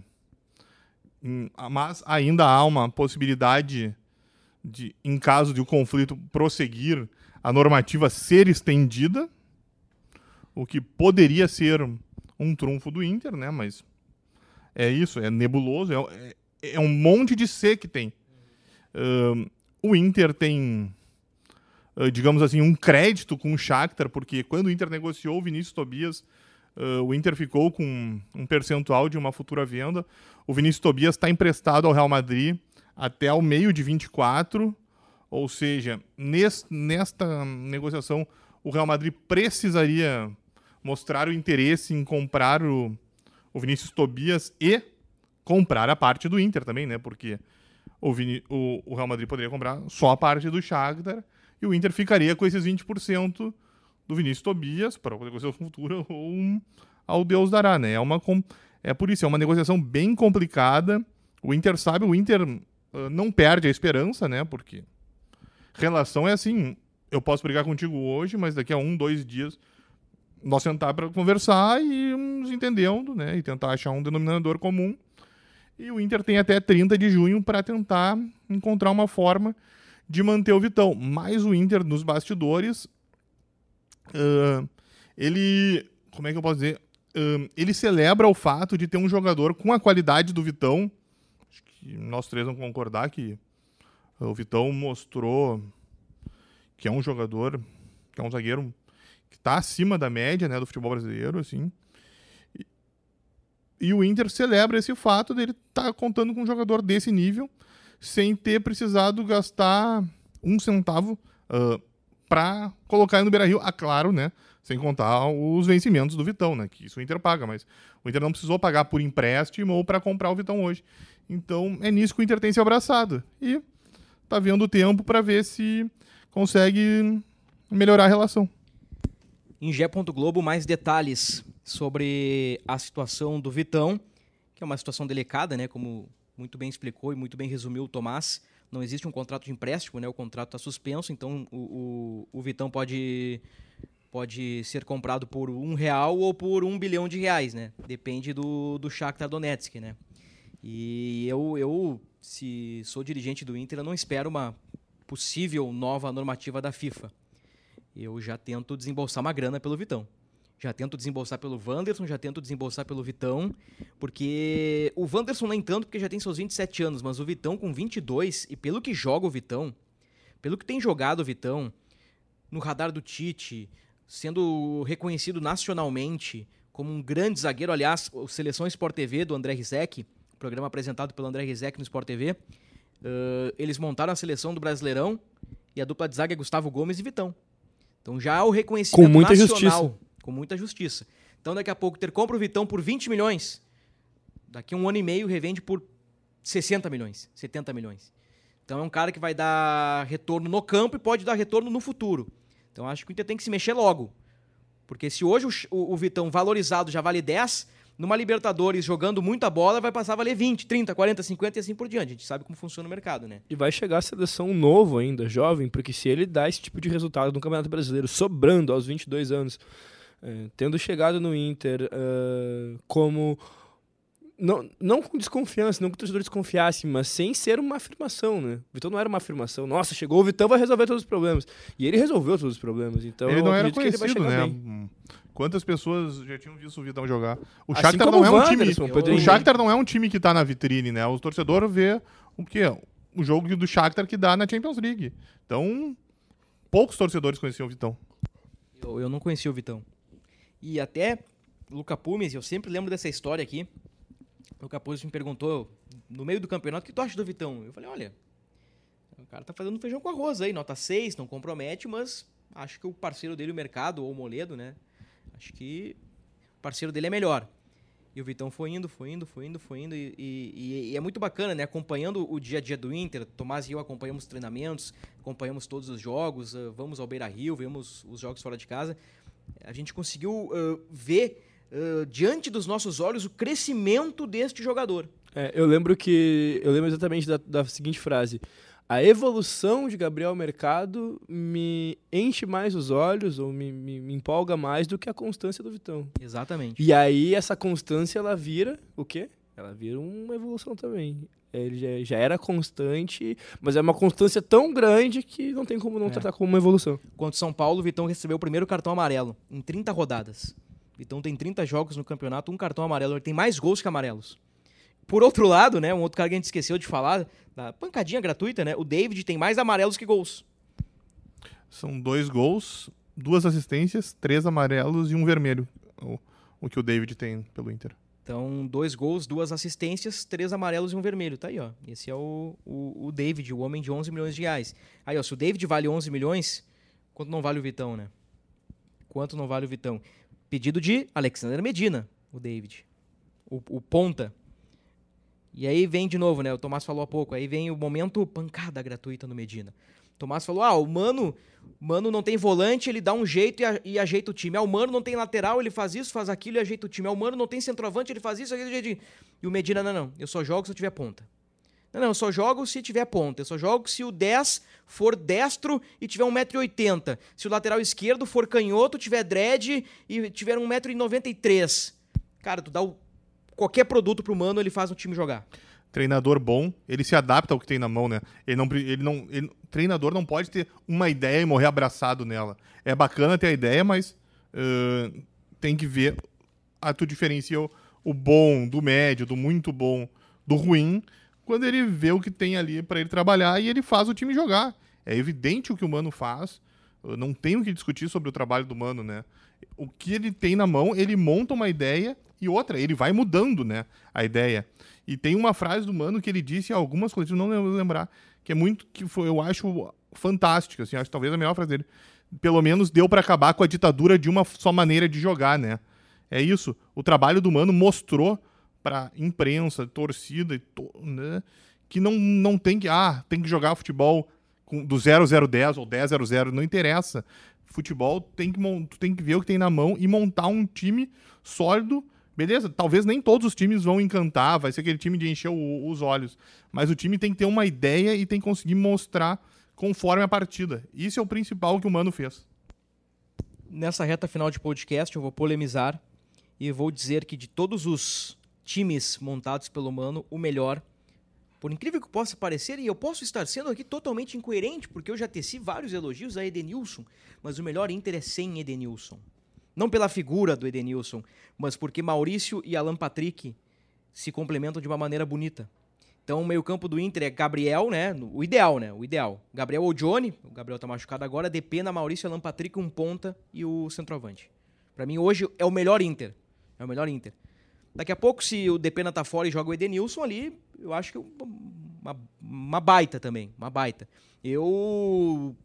mas ainda há uma possibilidade de, em caso de o conflito prosseguir, a normativa ser estendida, o que poderia ser um trunfo do Inter, né? Mas é isso, é nebuloso, é, é um monte de C que tem. Uh, o Inter tem uh, digamos assim, um crédito com o Shakhtar, porque quando o Inter negociou o Vinícius Tobias, uh, o Inter ficou com um percentual de uma futura venda. O Vinícius Tobias está emprestado ao Real Madrid até o meio de vinte e quatro, ou seja, nesse, nesta negociação o Real Madrid precisaria mostrar o interesse em comprar o, o Vinícius Tobias e comprar a parte do Inter também, né? Porque o, Vini, o, o Real Madrid poderia comprar só a parte do Shakhtar e o Inter ficaria com esses vinte por cento do Vinícius Tobias para a negociação futura ou um, ao Deus dará, né? É, uma, é por isso, é uma negociação bem complicada. O Inter sabe, o Inter uh, não perde a esperança, né? Porque relação é assim, eu posso brigar contigo hoje, mas daqui a um, dois dias nós sentar para conversar e nos entendendo, né? E tentar achar um denominador comum. E o Inter tem até trinta de junho para tentar encontrar uma forma de manter o Vitão. Mas o Inter, nos bastidores, uh, ele... Como é que eu posso dizer? Uh, ele celebra o fato de ter um jogador com a qualidade do Vitão. Acho que nós três vamos concordar que o Vitão mostrou que é um jogador, que é um zagueiro que está acima da média, né, do futebol brasileiro, assim. E, e o Inter celebra esse fato dele estar tá contando com um jogador desse nível, sem ter precisado gastar um centavo uh, para colocar ele no Beira-Rio. Ah, claro, né, sem contar os vencimentos do Vitão, né, que isso o Inter paga, mas o Inter não precisou pagar por empréstimo ou para comprar o Vitão hoje. Então é nisso que o Inter tem se abraçado. E tá vendo o tempo para ver se consegue melhorar a relação. Em G E. Globo, mais detalhes sobre a situação do Vitão, que é uma situação delicada, né? Como muito bem explicou e muito bem resumiu o Tomás. Não existe um contrato de empréstimo, né? O contrato está suspenso, então o, o, o Vitão pode, pode ser comprado por um real ou por um bilhão de reais, né? Depende do, do Shakhtar Donetsk, né? E eu, eu, se sou dirigente do Inter, eu não espero uma possível nova normativa da FIFA. Eu já tento desembolsar uma grana pelo Vitão. Já tento desembolsar pelo Wanderson, já tento desembolsar pelo Vitão, porque o Wanderson nem tanto, porque já tem seus vinte e sete anos, mas o Vitão com vinte e dois, e pelo que joga o Vitão, pelo que tem jogado o Vitão, no radar do Tite, sendo reconhecido nacionalmente como um grande zagueiro, aliás, a Seleção Sport T V do André Rizek, programa apresentado pelo André Rizek no Sport T V, uh, eles montaram a seleção do Brasileirão e a dupla de zaga é Gustavo Gomes e Vitão. Então já há o reconhecimento com muita nacional, justiça. com muita justiça. Então daqui a pouco ter compra o Vitão por vinte milhões, daqui a um ano e meio revende por sessenta milhões, setenta milhões. Então é um cara que vai dar retorno no campo e pode dar retorno no futuro. Então acho que o Inter tem que se mexer logo. Porque se hoje o, o, o Vitão valorizado já vale dez, numa Libertadores jogando muita bola vai passar a valer vinte, trinta, quarenta, cinquenta e assim por diante. A gente sabe como funciona o mercado, né? E vai chegar a seleção novo ainda, jovem, porque se ele dá esse tipo de resultado no Campeonato Brasileiro, sobrando aos vinte e dois anos, é, tendo chegado no Inter uh, como... Não, não com desconfiança, não que o torcedor desconfiasse, mas sem ser uma afirmação, né? O Vitão não era uma afirmação. Nossa, chegou o Vitão, vai resolver todos os problemas. E ele resolveu todos os problemas. Então ele não era conhecido, que ele vai chegar né? Bem. Quantas pessoas já tinham visto o Vitão jogar? O assim Shakhtar não é um Wanderson, time. O Shakhtar não é um time que tá na vitrine, né? O torcedor vê o quê? O jogo do Shakhtar que dá na Champions League. Então, poucos torcedores conheciam o Vitão. Eu, eu não conhecia o Vitão. E até Luca Pumes, eu sempre lembro dessa história aqui. O Luca Pumes me perguntou, no meio do campeonato, o que tu acha do Vitão? Eu falei, olha, o cara tá fazendo feijão com arroz aí, nota seis, não compromete, mas acho que o parceiro dele, o Mercado, ou o Moledo, né? Acho que o parceiro dele é melhor. E o Vitão foi indo, foi indo, foi indo, foi indo. E, e, e é muito bacana, né? Acompanhando o dia a dia do Inter, Tomás e eu acompanhamos treinamentos, acompanhamos todos os jogos, uh, vamos ao Beira-Rio, vemos os jogos fora de casa. A gente conseguiu uh, ver, uh, diante dos nossos olhos, o crescimento deste jogador. É, eu lembro que... Eu lembro exatamente da, da seguinte frase. A evolução de Gabriel Mercado me enche mais os olhos ou me, me, me empolga mais do que a constância do Vitão. Exatamente. E aí essa constância, ela vira o quê? Ela vira uma evolução também. Ele já, já era constante, mas é uma constância tão grande que não tem como não é. tratar como uma evolução. Contra o São Paulo, o Vitão recebeu o primeiro cartão amarelo em trinta rodadas. O Vitão tem trinta jogos no campeonato, um cartão amarelo. Ele tem mais gols que amarelos. Por outro lado, né, um outro cara que a gente esqueceu de falar, da pancadinha gratuita, né, o David tem mais amarelos que gols. São dois gols, duas assistências, três amarelos e um vermelho. O, o que o David tem pelo Inter. Então, dois gols, duas assistências, três amarelos e um vermelho. Tá aí, ó. Esse é o, o, o David, o homem de onze milhões de reais. Aí, ó, se o David vale onze milhões, quanto não vale o Vitão, né? Quanto não vale o Vitão? Pedido de Alexander Medina, o David. O, o ponta. E aí vem de novo, né? O Tomás falou há pouco. Aí vem o momento pancada gratuita no Medina. O Tomás falou, ah, o Mano, Mano não tem volante, ele dá um jeito e, a, e ajeita o time. Ah, o Mano não tem lateral, ele faz isso, faz aquilo e ajeita o time. Ah, o Mano não tem centroavante, ele faz isso, aquilo e ajeita. E o Medina, não, não, eu só jogo se eu tiver ponta. Não, não, eu só jogo se tiver ponta. Eu só jogo se o dez for destro e tiver um metro e oitenta. Se o lateral esquerdo for canhoto, tiver dread e tiver um metro e noventa e três. Cara, tu dá o, qualquer produto pro Mano, ele faz o time jogar. Treinador bom, ele se adapta ao que tem na mão, né? Ele não, ele não, ele, treinador não pode ter uma ideia e morrer abraçado nela. É bacana ter a ideia, mas uh, tem que ver. Ah, tu diferencia o, o bom do médio, do muito bom, do ruim, quando ele vê o que tem ali para ele trabalhar e ele faz o time jogar. É evidente o que o Mano faz. Eu não tenho o que discutir sobre o trabalho do Mano, né? O que ele tem na mão, ele monta uma ideia e outra, ele vai mudando, né, a ideia. E tem uma frase do Mano que ele disse em algumas coletivas, não lembro lembrar, que é muito, que foi, eu acho fantástica, assim, acho talvez a melhor frase dele. Pelo menos deu para acabar com a ditadura de uma só maneira de jogar, né? É isso. O trabalho do Mano mostrou para imprensa, torcida, né, que não, não tem que, ah, tem que jogar futebol com, do zero zero dez ou dez zero zero, não interessa. Futebol tem que, tu tem que ver o que tem na mão e montar um time sólido. Beleza, talvez nem todos os times vão encantar, vai ser aquele time de encher o, os olhos, mas o time tem que ter uma ideia e tem que conseguir mostrar conforme a partida. Isso é o principal que o Mano fez. Nessa reta final de podcast eu vou polemizar e vou dizer que de todos os times montados pelo Mano, o melhor, por incrível que possa parecer, e eu posso estar sendo aqui totalmente incoerente, porque eu já teci vários elogios a Edenilson, mas o melhor Inter é sem Edenilson. Não pela figura do Edenilson, mas porque Maurício e Alan Patrick se complementam de uma maneira bonita. Então o meio-campo do Inter é Gabriel, né? O ideal, né? O ideal. Gabriel ou Johnny, o Gabriel tá machucado agora, Depena, Maurício, Alan Patrick, um ponta e o centroavante. Pra mim hoje é o melhor Inter. É o melhor Inter. Daqui a pouco, se o Depena tá fora e joga o Edenilson ali, eu acho que uma, uma baita também. Uma baita. Eu,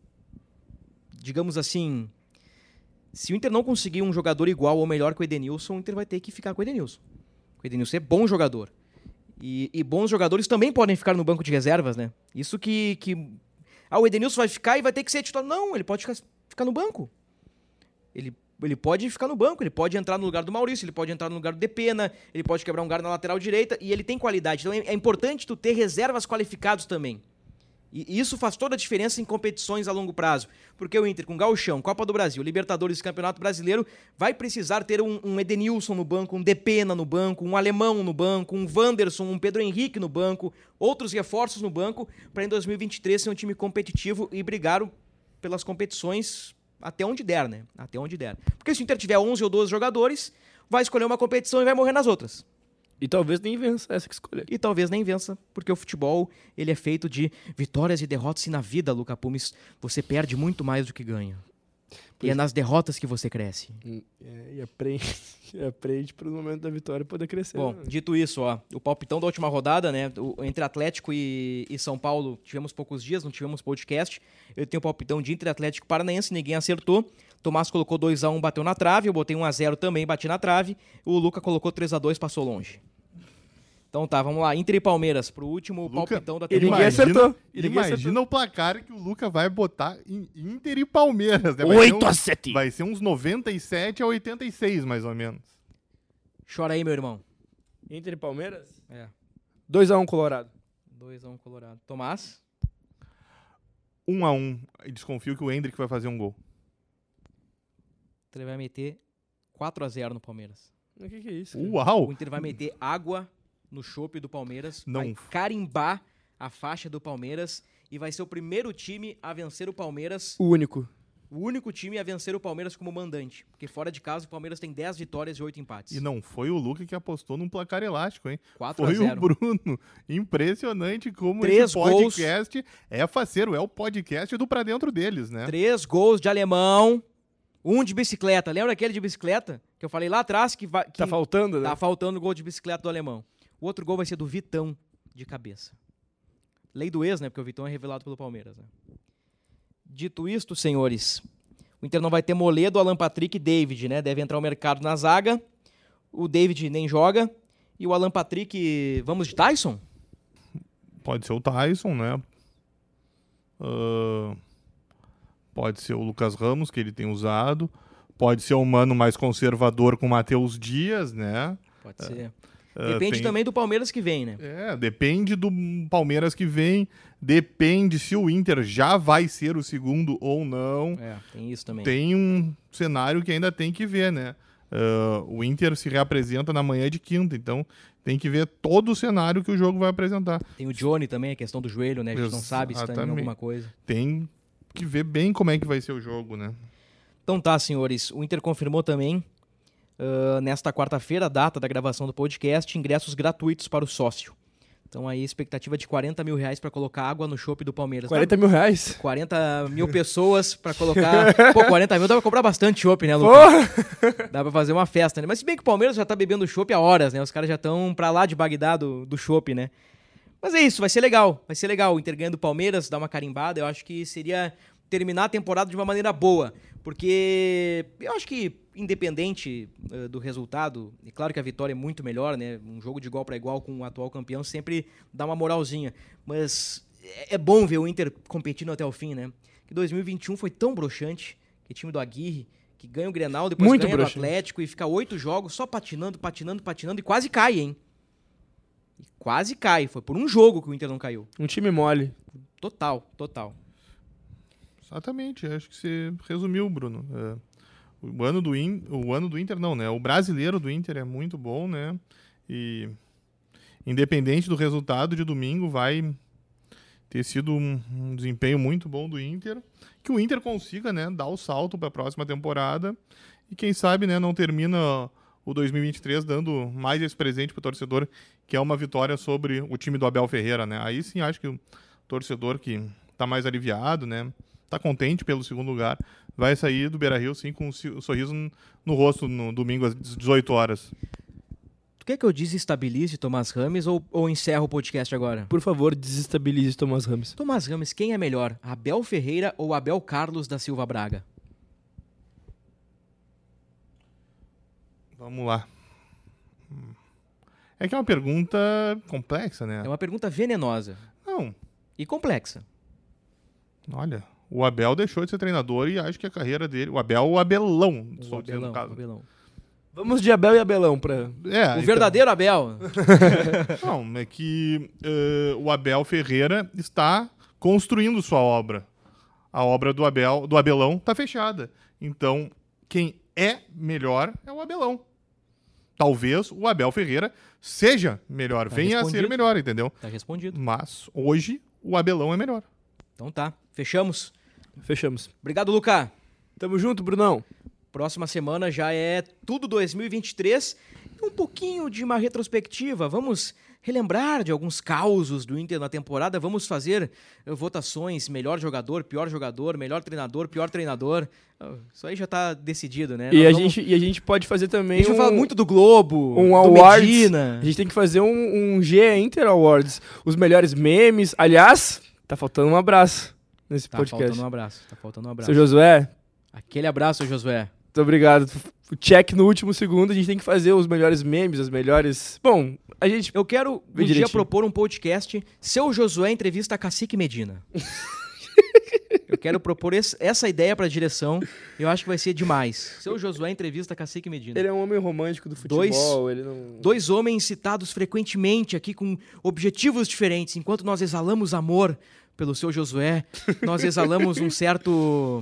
digamos assim, se o Inter não conseguir um jogador igual ou melhor que o Edenilson, o Inter vai ter que ficar com o Edenilson. O Edenilson é bom jogador. E, e bons jogadores também podem ficar no banco de reservas, né? Isso que, que... Ah, o Edenilson vai ficar e vai ter que ser titular. Não, ele pode ficar, ficar no banco. Ele, ele pode ficar no banco, ele pode entrar no lugar do Maurício, ele pode entrar no lugar do Depena, ele pode quebrar um galho na lateral direita e ele tem qualidade. Então é, é importante tu ter reservas qualificados também. E isso faz toda a diferença em competições a longo prazo. Porque o Inter, com Gauchão, Copa do Brasil, Libertadores e Campeonato Brasileiro, vai precisar ter um, um Edenilson no banco, um Depena no banco, um Alemão no banco, um Wanderson, um Pedro Henrique no banco, outros reforços no banco, para em dois mil e vinte e três ser um time competitivo e brigar pelas competições até onde der, né? Até onde der. Porque se o Inter tiver onze ou doze jogadores, vai escolher uma competição e vai morrer nas outras. E talvez nem vença essa que escolher. E talvez nem vença, porque o futebol ele é feito de vitórias e derrotas. E na vida, Luca Pumes, você perde muito mais do que ganha. Pois e é nas derrotas que você cresce. É, e aprende, aprende para o momento da vitória poder crescer. Bom, né? Dito isso, ó, o palpitão da última rodada, né? O, entre Atlético e, e São Paulo, tivemos poucos dias, não tivemos podcast. Eu tenho o palpitão de Inter e Atlético Paranaense, ninguém acertou. Tomás colocou dois a um, bateu na trave. Eu botei um a zero também, bati na trave. O Luca colocou três a dois, passou longe. Então tá, vamos lá. Inter e Palmeiras pro último Luca, palpitão da e ninguém temporada. acertou. E Imagina ninguém acertou. o placar que o Luca vai botar em Inter e Palmeiras. Né? oito a sete. Vai ser uns noventa e sete a oitenta e seis, mais ou menos. Chora aí, meu irmão. Inter e Palmeiras? É. dois a um Colorado. dois a um Colorado. Tomás? um a um. E desconfio que o Hendrick vai fazer um gol. Ele vai meter quatro a zero no Palmeiras. O que, que é isso? cara? Uau! O Inter vai meter água no chope do Palmeiras, Não. vai carimbar a faixa do Palmeiras e vai ser o primeiro time a vencer o Palmeiras O único. O único time a vencer o Palmeiras como mandante. Porque fora de casa o Palmeiras tem dez vitórias e oito empates. E não foi o Luca que apostou num placar elástico, hein? quatro a Foi zero. o Bruno. Impressionante como Três esse podcast é faceiro. É o podcast do pra dentro deles, né? Três gols de alemão, um de bicicleta. Lembra aquele de bicicleta? Que eu falei lá atrás que, vai, que Tá faltando, né? tá faltando o gol de bicicleta do alemão. O outro gol vai ser do Vitão, de cabeça. Lei do ex, né? Porque o Vitão é revelado pelo Palmeiras, né? Dito isto, senhores, o Inter não vai ter Moledo, Alan Patrick e David, né? Deve entrar o mercado na zaga. O David nem joga. E o Alan Patrick, vamos de Tyson? Pode ser o Tyson, né? Uh, pode ser o Lucas Ramos, que ele tem usado. Pode ser um mano mais conservador com o Matheus Dias, né? Pode ser. Uh, Depende tem... também do Palmeiras que vem, né? É, depende do Palmeiras que vem. Depende se o Inter já vai ser o segundo ou não. É, tem isso também. Tem um cenário que ainda tem que ver, né? Uh, o Inter se reapresenta na manhã de quinta, então tem que ver todo o cenário que o jogo vai apresentar. Tem o Johnny também, a questão do joelho, né? A gente não sabe se tá em Exatamente. alguma coisa. Tem que ver bem como é que vai ser o jogo, né? Então tá, senhores. O Inter confirmou também, uh, nesta quarta-feira, a data da gravação do podcast, ingressos gratuitos para o sócio. Então aí, expectativa de quarenta mil reais para colocar água no chopp do Palmeiras. quarenta mil reais? quarenta mil pessoas para colocar... Pô, quarenta mil dá pra comprar bastante chopp, né, Lucas? Porra! Dá pra fazer uma festa, né? Mas se bem que o Palmeiras já tá bebendo chopp há horas, né? Os caras já estão pra lá de Bagdá do, do chopp, né? Mas é isso, vai ser legal. Vai ser legal. O Inter ganhando o Palmeiras, dar uma carimbada. Eu acho que seria terminar a temporada de uma maneira boa. Porque eu acho que, independente uh, do resultado, e claro que a vitória é muito melhor, né? Um jogo de igual para igual com o atual campeão sempre dá uma moralzinha. Mas é bom ver o Inter competindo até o fim, né? Que dois mil e vinte e um foi tão broxante, que time do Aguirre, que ganha o Grenal, depois Muito ganha broxante. do Atlético e fica oito jogos só patinando, patinando, patinando e quase cai, hein? E quase cai. Foi por um jogo que o Inter não caiu. Um time mole. Total, total. Exatamente, acho que você resumiu, Bruno. É, o, ano do In, o ano do Inter não, né? O brasileiro do Inter é muito bom, né? E independente do resultado de domingo, vai ter sido um, um desempenho muito bom do Inter. Que o Inter consiga, né, dar o salto para a próxima temporada. E quem sabe, né, não termina o dois mil e vinte e três dando mais esse presente pro torcedor, que é uma vitória sobre o time do Abel Ferreira, né? Aí sim acho que o torcedor que tá mais aliviado, né? Tá contente pelo segundo lugar, vai sair do Beira-Rio, sim, com um sorriso no rosto no domingo às dezoito horas. Tu quer que eu desestabilize Tomás Rames ou, ou encerro o podcast agora? Por favor, desestabilize Tomás Rames. Tomás Rames, quem é melhor? Abel Ferreira ou Abel Carlos da Silva Braga? Vamos lá. É que é uma pergunta complexa, né? É uma pergunta venenosa Não, e complexa. olha, o Abel deixou de ser treinador e acho que a carreira dele... O Abel, o Abelão, O estou dizendo Abelão, no caso. o Abelão. Vamos de Abel e Abelão pra... É, O então- verdadeiro Abel. Não, é que eh, o Abel Ferreira está construindo sua obra. A obra do Abel, do Abelão está fechada. Então, quem é melhor é o Abelão. Talvez o Abel Ferreira seja melhor, Tá venha a respondido. ser melhor, entendeu? Tá respondido. Mas hoje o Abelão é melhor. Então tá, fechamos. Fechamos. Obrigado, Lucas. Tamo junto, Brunão. Próxima semana já é tudo dois mil e vinte e três. Um pouquinho de uma retrospectiva. Vamos relembrar de alguns causos do Inter na temporada. Vamos fazer uh, votações, melhor jogador, pior jogador, melhor treinador, pior treinador. Uh, isso aí já tá decidido, né? E Nós a, vamos- gente, e a gente pode fazer A também gente vai um, falar muito do Globo, um do awards. Medina. A gente tem que fazer um, um G Inter Awards. Os melhores memes. Aliás, tá faltando um abraço nesse Tá podcast. faltando um abraço, tá faltando um abraço. Seu Josué, Aquele abraço, Josué. muito obrigado. O check no último segundo, a gente tem que fazer os melhores memes, as melhores... Bom, a gente... Eu quero um Vê dia direitinho. propor um podcast Seu Josué entrevista a Cacique Medina. Eu quero propor esse- essa ideia pra direção. Eu acho que vai ser demais. Seu Josué entrevista a Cacique Medina. Ele é um homem romântico do futebol, Dois- ele não... Dois homens citados frequentemente aqui com objetivos diferentes. Enquanto nós exalamos amor pelo Seu Josué, nós exalamos um certo...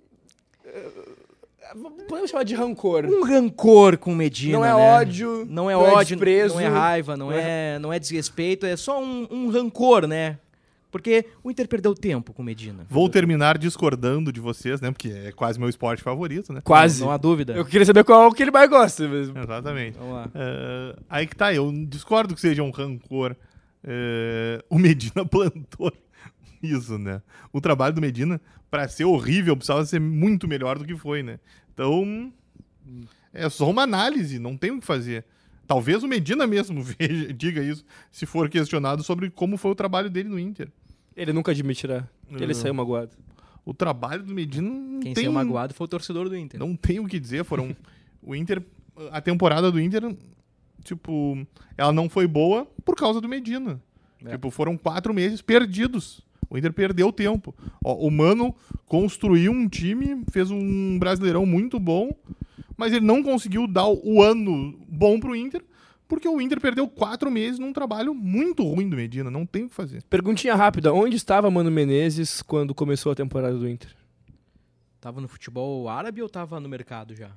Podemos chamar de rancor. um rancor com Medina, Não é né? ódio, Não é não é ódio, desprezo, não é raiva, não, não é, não é desrespeito, é só um, um rancor, né? Porque o Inter perdeu tempo com o Medina. Vou terminar discordando de vocês, né? Porque é quase meu esporte favorito, né? Quase. Não, não há dúvida. Eu queria saber qual que ele mais gosta mesmo. Exatamente. Vamos lá. Uh, aí que tá, eu discordo que seja um rancor. Uh, o Medina plantou isso, né? O trabalho do Medina, pra ser horrível, precisava ser muito melhor do que foi, né? Então, é só uma análise, não tem o que fazer. Talvez o Medina mesmo veja, diga isso, se for questionado sobre como foi o trabalho dele no Inter. Ele nunca admitirá que ele Uhum. saiu magoado. O trabalho do Medina não Quem tem... saiu magoado foi o torcedor do Inter. Não tem o que dizer, foram... o Inter... A temporada do Inter, tipo, ela não foi boa por causa do Medina. É. Tipo, foram quatro meses perdidos. O Inter perdeu tempo. Ó, o Mano construiu um time, fez um Brasileirão muito bom, mas ele não conseguiu dar o ano bom pro Inter, porque o Inter perdeu quatro meses num trabalho muito ruim do Medina. Não tem o que fazer. Perguntinha rápida, onde estava Mano Menezes quando começou a temporada do Inter? Tava no futebol árabe ou tava no mercado já?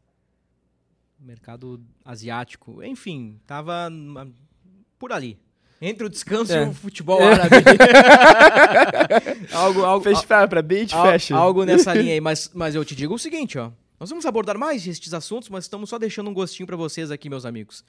Mercado asiático. Enfim, tava numa- por ali. Entre o descanso É. e o futebol É. árabe. algo, algo, Fecha para, para beat, al- fecha. algo nessa linha aí. Mas, mas eu te digo o seguinte, ó. Nós vamos abordar mais estes assuntos, mas estamos só deixando um gostinho pra vocês aqui, meus amigos.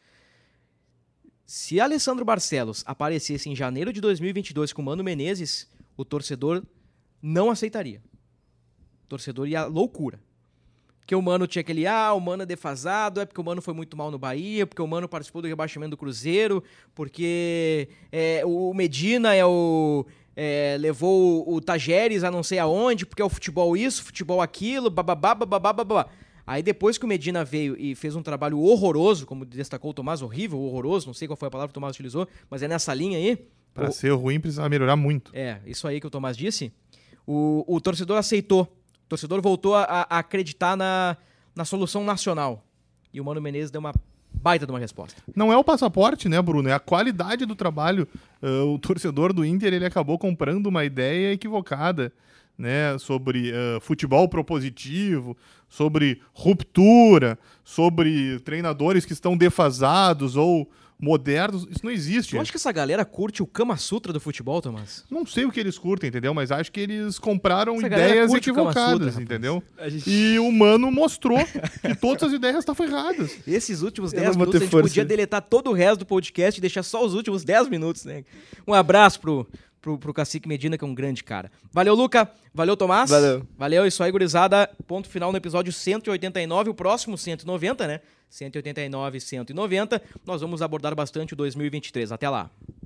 Se Alessandro Barcelos aparecesse em janeiro de dois mil e vinte e dois com o Mano Menezes, o torcedor não aceitaria. O torcedor ia à loucura. Porque o Mano tinha aquele, ah, o Mano é defasado, é porque o Mano foi muito mal no Bahia, porque o Mano participou do rebaixamento do Cruzeiro, porque é, o Medina é o, é, levou o, o Tajeres a não sei aonde, porque é o futebol isso, futebol aquilo, bababá, bababá, bababá. Aí depois que o Medina veio e fez um trabalho horroroso, como destacou o Tomás, horrível, horroroso, não sei qual foi a palavra que o Tomás utilizou, mas é nessa linha aí. Pra o- ser ruim, precisava melhorar muito. É, isso aí que o Tomás disse. O, o torcedor aceitou. O torcedor voltou a, a acreditar na, na solução nacional. E o Mano Menezes deu uma baita de uma resposta. Não é o passaporte, né, Bruno? É a qualidade do trabalho. Uh, o torcedor do Inter, ele acabou comprando uma ideia equivocada, né, sobre uh, futebol propositivo, sobre ruptura, sobre treinadores que estão defasados ou modernos. Isso não existe. Tu acha que essa galera curte o Kama Sutra do futebol, Tomás? Não sei o que eles curtem, entendeu? Mas acho que eles compraram Essa galera ideias curte o Kama Sutra, equivocadas, rapaz. entendeu? A gente- E o Mano mostrou que todas as ideias estavam erradas. Esses últimos Eu dez não vou minutos ter a gente força. podia deletar todo o resto do podcast e deixar só os últimos dez minutos, né? Um abraço pro, pro, pro Cacique Medina, que é um grande cara. Valeu, Luca. Valeu, Tomás. Valeu. Valeu, isso aí, gurizada. Ponto final no episódio cento e oitenta e nove, o próximo cento e noventa, né? cento e oitenta e nove, cento e noventa. Nós vamos abordar bastante o dois mil e vinte e três. Até lá.